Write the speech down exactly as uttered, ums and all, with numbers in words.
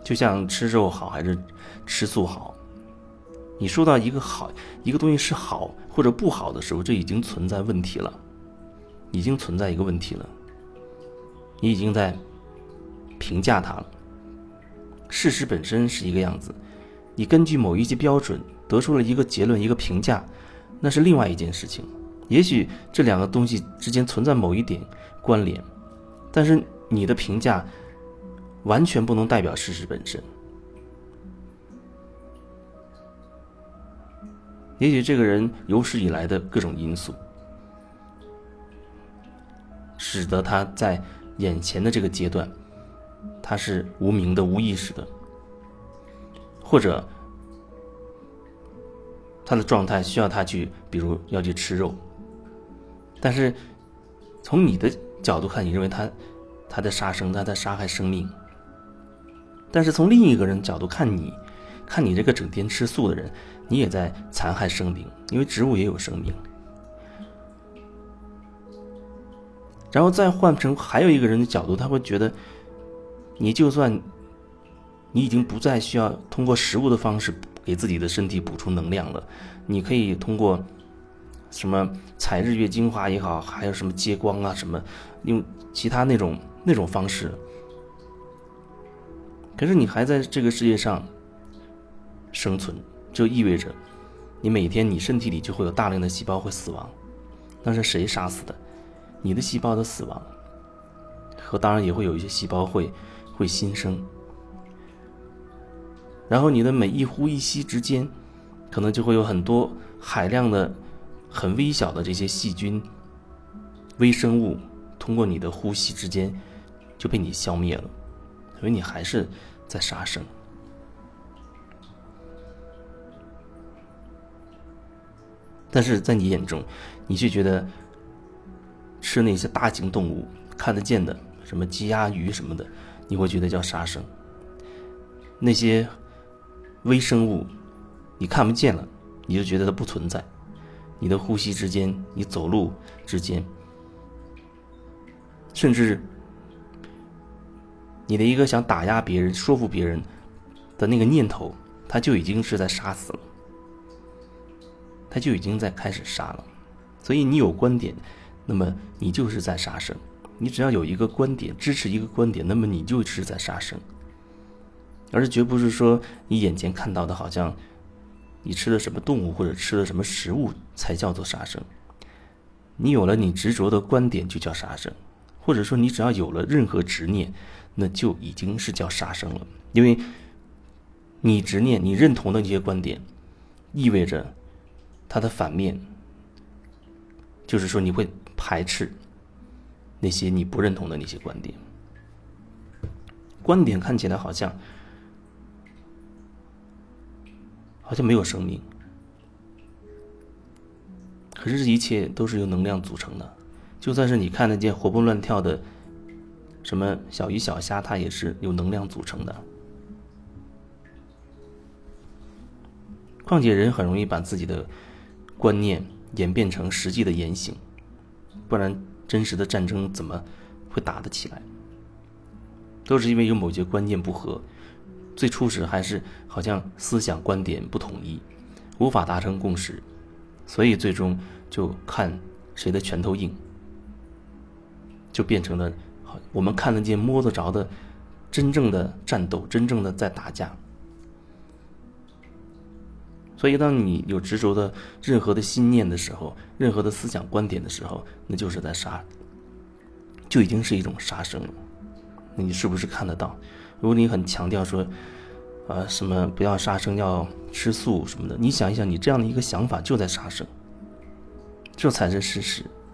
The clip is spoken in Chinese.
就像吃肉好还是吃素好，你说到一个好一个东西是好或者不好的时候，这已经存在问题了，已经存在一个问题了，你已经在评价它了。事实本身是一个样子，你根据某一些标准得出了一个结论一个评价，那是另外一件事情。也许这两个东西之间存在某一点关联，但是你的评价完全不能代表事实本身。也许这个人有史以来的各种因素，使得他在眼前的这个阶段他是无名的无意识的，或者他的状态需要他去比如要去吃肉，但是从你的角度看，你认为他他在杀生，他在杀害生命。但是从另一个人角度看你，看你这个整天吃素的人，你也在残害生命，因为植物也有生命。然后再换成还有一个人的角度，他会觉得你就算你已经不再需要通过食物的方式给自己的身体补充能量了，你可以通过什么采日月精华也好，还有什么接光啊什么，用其他那种那种方式，可是你还在这个世界上生存，就意味着你每天你身体里就会有大量的细胞会死亡。那是谁杀死的？你的细胞的死亡，和当然也会有一些细胞会会新生。然后你的每一呼一吸之间，可能就会有很多海量的很微小的这些细菌微生物通过你的呼吸之间就被你消灭了，所以你还是在杀生。但是在你眼中，你却觉得吃那些大型动物看得见的什么鸡鸭鱼什么的，你会觉得叫杀生。那些微生物你看不见了，你就觉得它不存在。你的呼吸之间，你走路之间，甚至你的一个想打压别人说服别人的那个念头，它就已经是在杀死了，它就已经在开始杀了。所以你有观点，那么你就是在杀生。你只要有一个观点支持一个观点，那么你就是在杀生，而是绝不是说你眼前看到的好像你吃了什么动物或者吃了什么食物才叫做杀生。你有了你执着的观点就叫杀生，或者说你只要有了任何执念，那就已经是叫杀生了。因为你执念你认同的这些观点，意味着它的反面就是说你会排斥那些你不认同的那些观点。观点看起来好像好像没有生命，可是这一切都是由能量组成的。就算是你看得见活蹦乱跳的什么小鱼小虾，它也是由能量组成的。况且人很容易把自己的观念演变成实际的言行，不然真实的战争怎么会打得起来？都是因为有某些观念不合，最初时还是好像思想观点不统一，无法达成共识，所以最终就看谁的拳头硬，就变成了我们看得见摸得着的真正的战斗，真正的在打架。所以当你有执着的任何的心念的时候，任何的思想观点的时候，那就是在杀，就已经是一种杀生了。那你是不是看得到？如果你很强调说呃，什么不要杀生，要吃素什么的，你想一想，你这样的一个想法就在杀生，这才是事实。